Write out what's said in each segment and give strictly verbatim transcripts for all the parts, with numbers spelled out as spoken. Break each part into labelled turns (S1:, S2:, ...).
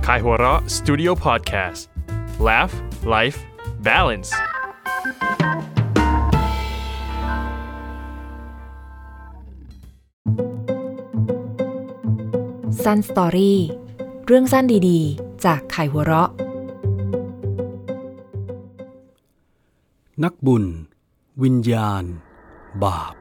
S1: Kaihura Studio Podcast Laugh Life Balance
S2: Sun Story เรื่องสั้นดีๆจากไข่หัวเราะ
S3: นักบุญวิญญาณบาป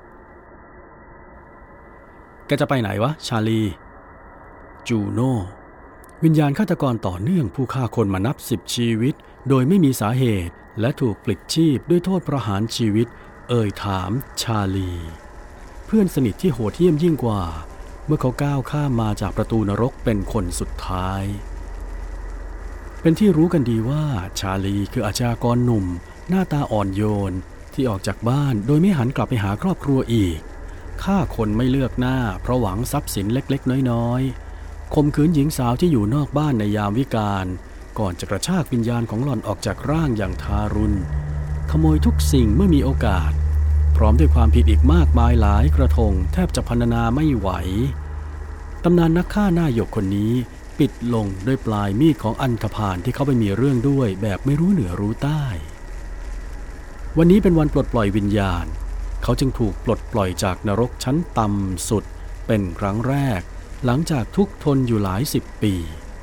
S3: แกจะไปไหนวะชาลีจูโน่วิญญาณฆาตกรต่อเนื่องผู้ฆ่าคนมานับสิบชีวิตโดยไม่มีสาเหตุและถูกปลิดชีพด้วยโทษประหารชีวิตเอ่ยถามชาลีเพื่อนสนิทที่โหดเหี้ยมยิ่งกว่าเมื่อเขาก้าวข้ามมาจากประตูนรกเป็นคนสุดท้ายเป็นที่รู้กันดีว่าชาลีคืออาชญากรหนุ่มหน้าตาอ่อนโยนที่ออกจากบ้านโดยไม่หันกลับไปหาครอบครัวอีกฆ่าคนไม่เลือกหน้าเพราะหวังทรัพย์สินเล็กๆน้อยๆข่มขืนหญิงสาวที่อยู่นอกบ้านในยามวิกาลก่อนจะกระชากวิญญาณของหล่อนออกจากร่างอย่างทารุณขโมยทุกสิ่งเมื่อมีโอกาสพร้อมด้วยความผิดอีกมากมายหลายกระทงแทบจะพรรณนาไม่ไหวตำนานนักฆ่าหน้าหยกคนนี้ปิดลงด้วยปลายมีดของอันธพาลที่เขาไปมีเรื่องด้วยแบบไม่รู้เหนือรู้ใต้วันนี้เป็นวันปลดปล่อยวิญญาณเขาจึงถูกปลดปล่อยจากนรกชั้นต่ำสุดเป็นครั้งแรกหลังจากทุกข์ทนอยู่หลายสิบปี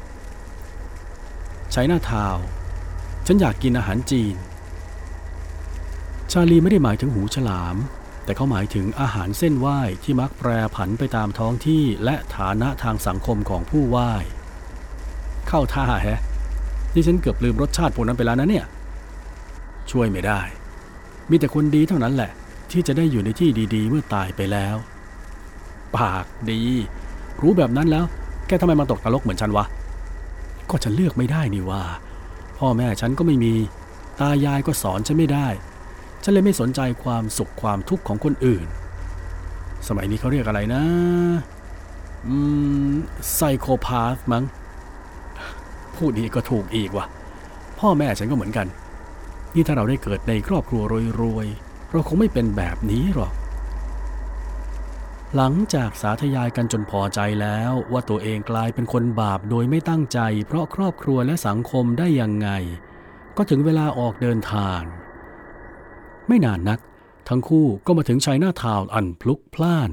S3: ใช้หน้าทาวฉันอยากกินอาหารจีนชาลีไม่ได้หมายถึงหูฉลามแต่เขาหมายถึงอาหารเส้นไหว้ที่มักแปรผันไปตามท้องที่และฐานะทางสังคมของผู้ไหว้เข้าท่าแฮะนี่ฉันเกือบลืมรสชาติพวกนั้นไปแล้วนะเนี่ยช่วยไม่ได้มีแต่คนดีเท่านั้นแหละที่จะได้อยู่ในที่ดีๆเมื่อตายไปแล้วปากดีรู้แบบนั้นแล้วแกทำไมมาตกนรกเหมือนฉันวะก็ฉันเลือกไม่ได้นี่ว่าพ่อแม่ฉันก็ไม่มีตายายก็สอนฉันไม่ได้ฉันเลยไม่สนใจความสุขความทุกข์ของคนอื่นสมัยนี้เขาเรียกอะไรนะอืมไซโคพาธมั้งพูดอีกก็ถูกอีกว่ะพ่อแม่ฉันก็เหมือนกันนี่ถ้าเราได้เกิดในครอบครัวรวยๆเราคงไม่เป็นแบบนี้หรอกหลังจากสาธยายกันจนพอใจแล้วว่าตัวเองกลายเป็นคนบาปโดยไม่ตั้งใจเพราะครอบครัวและสังคมได้ยังไงก็ถึงเวลาออกเดินทางไม่นานนักทั้งคู่ก็มาถึงไชน่าทาวน์อันพลุกพล่าน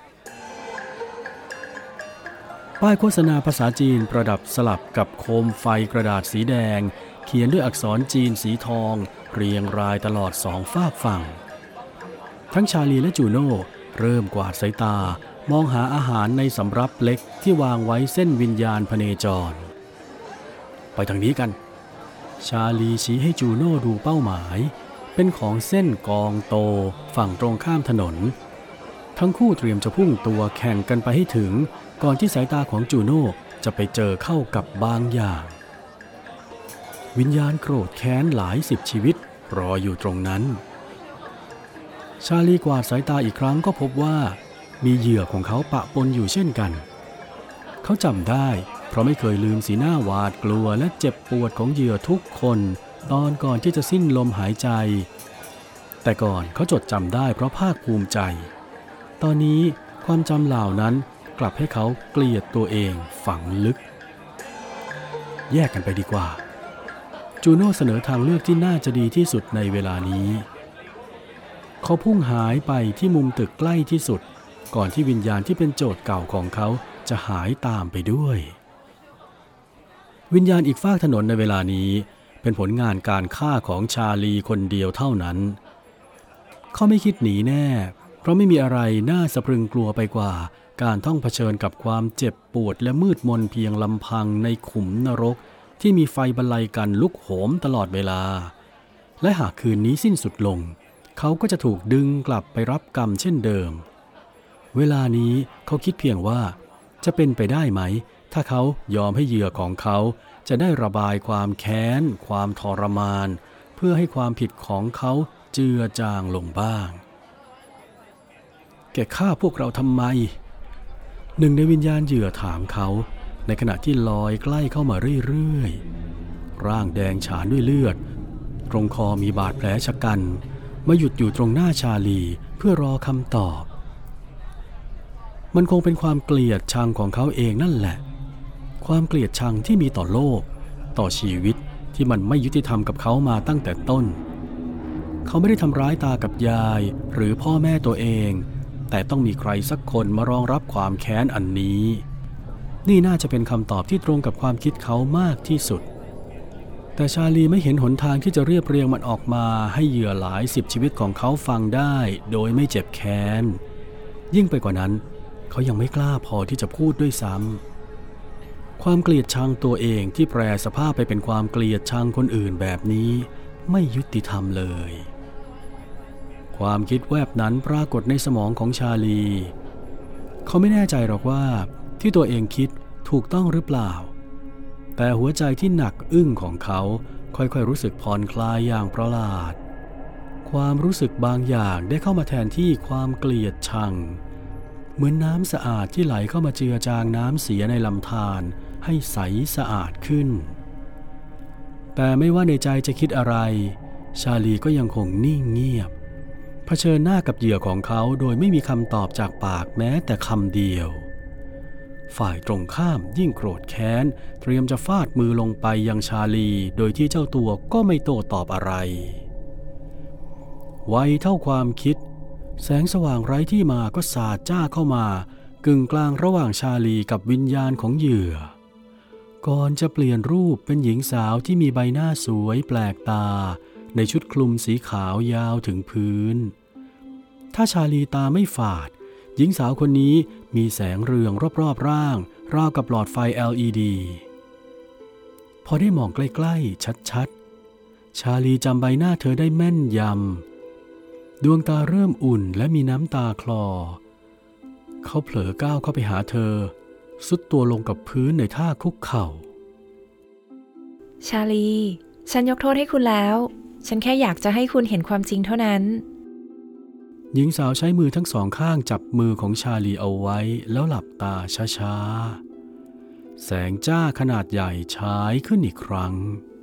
S3: ป้ายโฆษณาภาษาจีนประดับสลับกับโคมไฟกระดาษสีแดงเขียนด้วยอักษรจีนสีทองเรียงรายตลอดสองฝากฝั่งทั้งชาลีและจูโน่เริ่มกวาดสายตามองหาอาหารในสำรับเล็กที่วางไว้เส้นวิญญาณพเนจรไปทางนี้กันชาลีชี้ให้จูโน่ดูเป้าหมายเป็นของเส้นกองโตฝั่งตรงข้ามถนนทั้งคู่เตรียมจะพุ่งตัวแข่งกันไปให้ถึงก่อนที่สายตาของจูโน่จะไปเจอเข้ากับบางอย่างวิญญาณโกรธแค้นหลายสิบชีวิตรออยู่ตรงนั้นชาลีกวาดสายตาอีกครั้งก็พบว่ามีเหยื่อของเขาปะปนอยู่เช่นกันเขาจำได้เพราะไม่เคยลืมสีหน้าหวาดกลัวและเจ็บปวดของเหยื่อทุกคนตอนก่อนที่จะสิ้นลมหายใจแต่ก่อนเขาจดจำได้เพราะภาคภูมิใจตอนนี้ความจำเหล่านั้นกลับให้เขาเกลียดตัวเองฝังลึกแยกกันไปดีกว่าจูโน่เสนอทางเลือกที่น่าจะดีที่สุดในเวลานี้เขาพุ่งหายไปที่มุมตึกใกล้ที่สุดก่อนที่วิญญาณที่เป็นโจทย์เก่าของเขาจะหายตามไปด้วยวิญญาณอีกฟากถนนในเวลานี้เป็นผลงานการฆ่าของชาลีคนเดียวเท่านั้นเขาไม่คิดหนีแน่เพราะไม่มีอะไรน่าสะพรึงกลัวไปกว่าการต้องเผชิญกับความเจ็บปวดและมืดมนเพียงลำพังในขุมนรกที่มีไฟบรรลัยกันลุกโหมตลอดเวลาและหากคืนนี้สิ้นสุดลงเขาก็จะถูกดึงกลับไปรับกรรมเช่นเดิมเวลานี้เขาคิดเพียงว่าจะเป็นไปได้ไหมถ้าเขายอมให้เหยื่อของเขาจะได้ระบายความแค้นความทรมานเพื่อให้ความผิดของเขาเจือจางลงบ้างแกฆ่าพวกเราทำไมหนึ่งในวิญญาณเหยื่อถามเขาในขณะที่ลอยใกล้เข้ามาเรื่อยๆร่างแดงฉานด้วยเลือดตรงคอมีบาดแผลชะกันมาหยุดอยู่ตรงหน้าชาลีเพื่อรอคำตอบ มันคงเป็นความเกลียดชังของเขาเองนั่นแหละความเกลียดชังที่มีต่อโลกต่อชีวิตที่มันไม่ยุติธรรมกับเขามาตั้งแต่ต้นเขาไม่ได้ทำร้ายตากับยายหรือพ่อแม่ตัวเองแต่ต้องมีใครสักคนมารองรับความแค้นอันนี้นี่น่าจะเป็นคำตอบที่ตรงกับความคิดเขามากที่สุดแต่ชาลีไม่เห็นหนทางที่จะเรียบเรียงมันออกมาให้เหยื่อหลายสิบชีวิตของเขาฟังได้โดยไม่เจ็บแค้นยิ่งไปกว่านั้นเขายังไม่กล้าพอที่จะพูดด้วยซ้ำความเกลียดชังตัวเองที่แปรสภาพไปเป็นความเกลียดชังคนอื่นแบบนี้ไม่ยุติธรรมเลยความคิดแวบนั้นปรากฏในสมองของชาลีเขาไม่แน่ใจหรอกว่าที่ตัวเองคิดถูกต้องหรือเปล่าแต่หัวใจที่หนักอึ้งของเขาค่อยๆรู้สึกผ่อนคลายอย่างประหลาดความรู้สึกบางอย่างได้เข้ามาแทนที่ความเกลียดชังเหมือนน้ำสะอาดที่ไหลเข้ามาเจือจางน้ำเสียในลำธารให้ใสสะอาดขึ้นแต่ไม่ว่าในใจจะคิดอะไรชาลีก็ยังคงนิ่งเงียบเผชิญหน้ากับเหยื่อของเขาโดยไม่มีคำตอบจากปากแม้แต่คำเดียวฝ่ายตรงข้ามยิ่งโกรธแค้นเตรียมจะฟาดมือลงไปยังชาลีโดยที่เจ้าตัวก็ไม่โต้ตอบอะไรไวเท่าความคิดแสงสว่างไร้ที่มาก็สาดจ้าเข้ามากึ่งกลางระหว่างชาลีกับวิญญาณของเหยื่อก่อนจะเปลี่ยนรูปเป็นหญิงสาวที่มีใบหน้าสวยแปลกตาในชุดคลุมสีขาวยาวถึงพื้นถ้าชาลีตาไม่ฝาดหญิงสาวคนนี้มีแสงเรืองรอบๆร่างราวกับหลอดไฟ แอล อี ดี พอได้มองใกล้ๆชัดๆชาลีจำใบหน้าเธอได้แม่นยำดวงตาเริ่มอุ่นและมีน้ำตาคลอเขาเผลอก้าวเข้าไปหาเธอซุดตัวลงกับพื้นในท่าคุกเข่า
S2: ชาลีฉันยกโทษให้คุณแล้วฉันแค่อยากจะให้คุณเห็นความจริงเท่านั้น
S3: หญิงสาวใช้มือทั้งสองข้างจับมือของชาลีเอาไว้แล้วหลับตาช้าๆแสงจ้าขนาดใหญ่ฉายขึ้นอีกครั้ง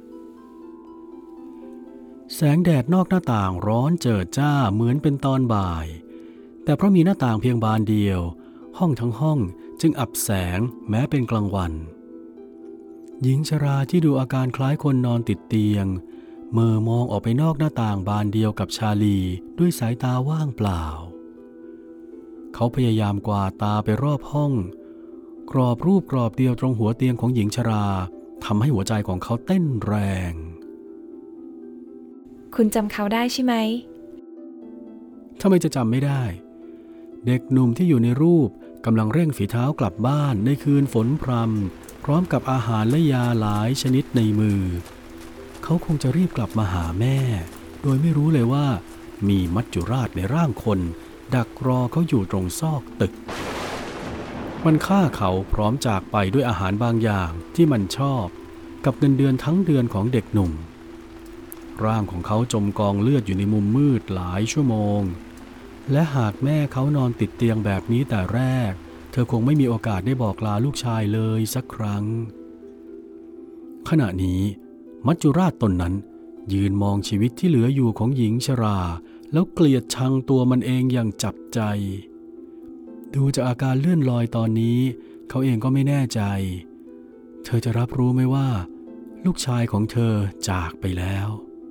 S3: แสงแดดนอกหน้าต่างร้อนเจิดจ้าเหมือนเป็นตอนบ่ายแต่เพราะมีหน้าต่างเพียงบานเดียวห้องทั้งห้องจึงอับแสงแม้เป็นกลางวันหญิงชราที่ดูอาการคล้ายคนนอนติดเตียงเมื่อมองออกไปนอกหน้าต่างบานเดียวกับชาลีด้วยสายตาว่างเปล่าเขาพยายามกวาดตาไปรอบห้องกรอบรูปกรอบเดียวตรงหัวเตียงของหญิงชราทำให้หัวใจของเขาเต้นแรง
S2: คุณจำเขาได้ใช่ไหม
S3: ทำไมจะจำไม่ได้เด็กหนุ่มที่อยู่ในรูปกำลังเร่งฝีเท้ากลับบ้านในคืนฝนพรำพร้อมกับอาหารและยาหลายชนิดในมือเขาคงจะรีบกลับมาหาแม่โดยไม่รู้เลยว่ามีมัจจุราชในร่างคนดักรอเขาอยู่ตรงซอกตึกมันฆ่าเขาพร้อมจากไปด้วยอาหารบางอย่างที่มันชอบกับเงินเดือนทั้งเดือนของเด็กหนุ่มร่างของเขาจมกองเลือดอยู่ในมุมมืดหลายชั่วโมงและหากแม่เขานอนติดเตียงแบบนี้แต่แรกเธอคงไม่มีโอกาสได้บอกลาลูกชายเลยสักครั้งขณะนี้มัจจุราชตนนั้นยืนมองชีวิตที่เหลืออยู่ของหญิงชราแล้วเกลียดชังตัวมันเองอย่างจับใจดูจากอาการเลื่อนลอยตอนนี้เขาเองก็ไม่แน่ใจเธอจะรับรู้ไหมว่าลูกชายของเธอจากไปแล้ว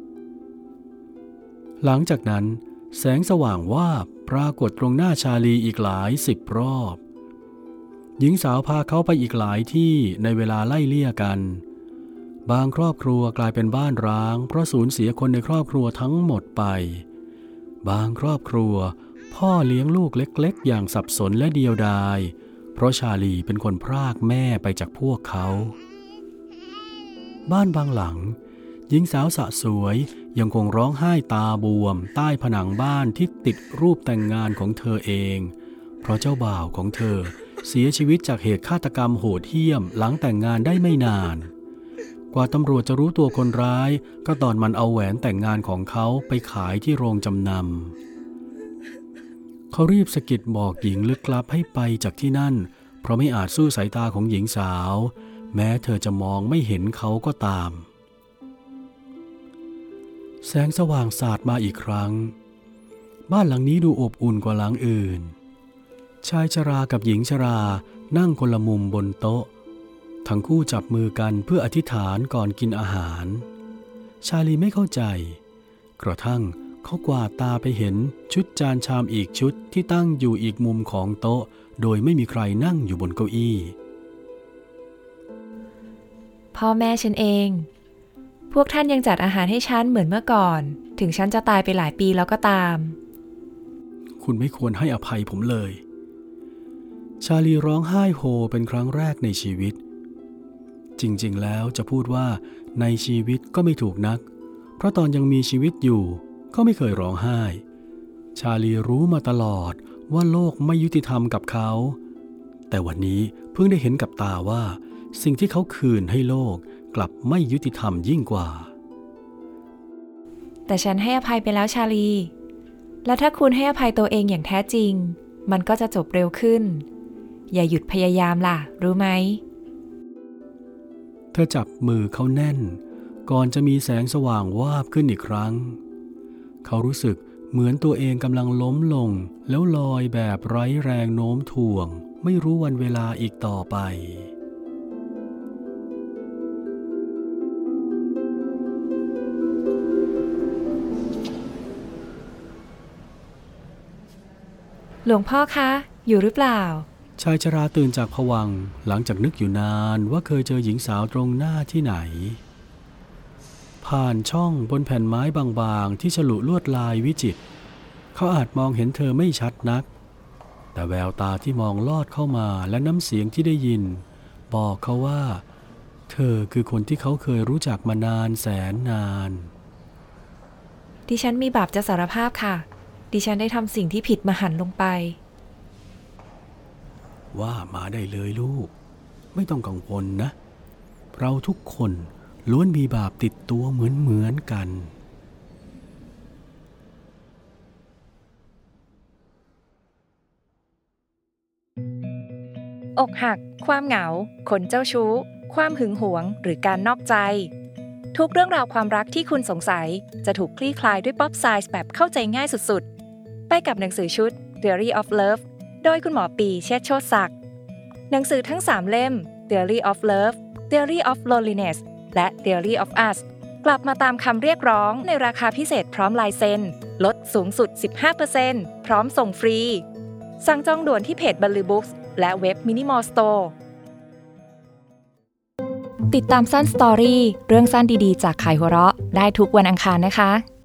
S3: หลังจากนั้นแสงสว่างวาบปรากฏตรงหน้าชาลีอีกหลายสิบรอบหญิงสาวพาเขาไปอีกหลายที่ในเวลาไล่เลี่ยกันบางครอบครัวกลายเป็นบ้านร้างเพราะสูญเสียคนในครอบครัวทั้งหมดไปบางครอบครัวพ่อเลี้ยงลูกเล็กๆอย่างสับสนและเดียวดายเพราะชาลีเป็นคนพรากแม่ไปจากพวกเขาบ้านบางหลังหญิงสาวสะสวยยังคงร้องไห้ตาบวมใต้ผนังบ้านที่ติดรูปแต่งงานของเธอเองเพราะเจ้าบ่าวของเธอเสียชีวิตจากเหตุฆาตกรรมโหดเหี้ยมหลังแต่งงานได้ไม่นานกว่าตำรวจจะรู้ตัวคนร้ายก็ตอนมันเอาแหวนแต่งงานของเขาไปขายที่โรงจำนำเขารีบสะกิดบอกหญิงลึกลับให้ไปจากที่นั่นเพราะไม่อาจสู้สายตาของหญิงสาวแม้เธอจะมองไม่เห็นเขาก็ตามแสงสว่างสาดมาอีกครั้งบ้านหลังนี้ดูอบอุ่นกว่าหลังอื่นชายชรากับหญิงชรานั่งคนละมุมบนโต๊ะทั้งคู่จับมือกันเพื่ออธิษฐานก่อนกินอาหารชาลีไม่เข้าใจกระทั่งเขากวาดตาไปเห็นชุดจานชามอีกชุดที่ตั้งอยู่อีกมุมของโต๊ะโดยไม่มีใครนั่งอยู่บนเก้าอี้
S2: พ่อแม่ฉันเองพวกท่านยังจัดอาหารให้ฉันเหมือนเมื่อก่อนถึงฉันจะตายไปหลายปีแล้วก็ตาม
S3: คุณไม่ควรให้อภัยผมเลยชาลีร้องไห้โฮเป็นครั้งแรกในชีวิตจริงๆแล้วจะพูดว่าในชีวิตก็ไม่ถูกนักเพราะตอนยังมีชีวิตอยู่ก็ไม่เคยร้องไห้ชาลีรู้มาตลอดว่าโลกไม่ยุติธรรมกับเขาแต่วันนี้เพิ่งได้เห็นกับตาว่าสิ่งที่เขาคืนให้โลกกลับไม่ยุติธรรมยิ่งกว่า
S2: แต่ฉันให้อภัยไปแล้วชาลีและถ้าคุณให้อภัยตัวเองอย่างแท้จริงมันก็จะจบเร็วขึ้นอย่าหยุดพยายามล่ะรู้ไหม
S3: เธอจับมือเขาแน่นก่อนจะมีแสงสว่างวาบขึ้นอีกครั้งเขารู้สึกเหมือนตัวเองกำลังล้มลงแล้วลอยแบบไร้แรงโน้มถ่วงไม่รู้วันเวลาอีกต่อไป
S2: หลวงพ่อคะอยู่หรือเปล่า
S3: ชายชราตื่นจากภวังค์หลังจากนึกอยู่นานว่าเคยเจอหญิงสาวตรงหน้าที่ไหนผ่านช่องบนแผ่นไม้บางๆที่ฉลุลวดลายวิจิตรเขาอาจมองเห็นเธอไม่ชัดนักแต่แววตาที่มองลอดเข้ามาและน้ำเสียงที่ได้ยินบอกเขาว่าเธอคือคนที่เขาเคยรู้จักมานานแสนนาน
S2: ดิฉันมีบาปจะสารภาพค่ะดิฉันได้ทำสิ่งที่ผิดมหันต์ลงไป
S3: ว่ามาได้เลยลูกไม่ต้องกังวลนะเราทุกคนล้วนมีบาปติดตัวเหมือนเหมือนกัน
S2: อกหักความเหงาคนเจ้าชู้ความหึงหวงหรือการนอกใจทุกเรื่องราวความรักที่คุณสงสัยจะถูกคลี่คลายด้วยป๊อปไซส์แบบเข้าใจง่ายสุดๆไปกับหนังสือชุด Theory of Love โดยคุณหมอปีเชษฐ์โชติศักดิ์หนังสือทั้งสามเล่ม Theory of Love Theory of Loneliness และ Theory of Us กลับมาตามคำเรียกร้องในราคาพิเศษพร้อมลายเซ็นลดสูงสุด สิบห้าเปอร์เซ็นต์ พร้อมส่งฟรีสั่งจองด่วนที่เพจ Baloo Books และเว็บ Minimal Store ติดตามสั้นสตอรี่เรื่องสั้นดีๆจากข่ายหัวเราะได้ทุกวันอังคารนะคะ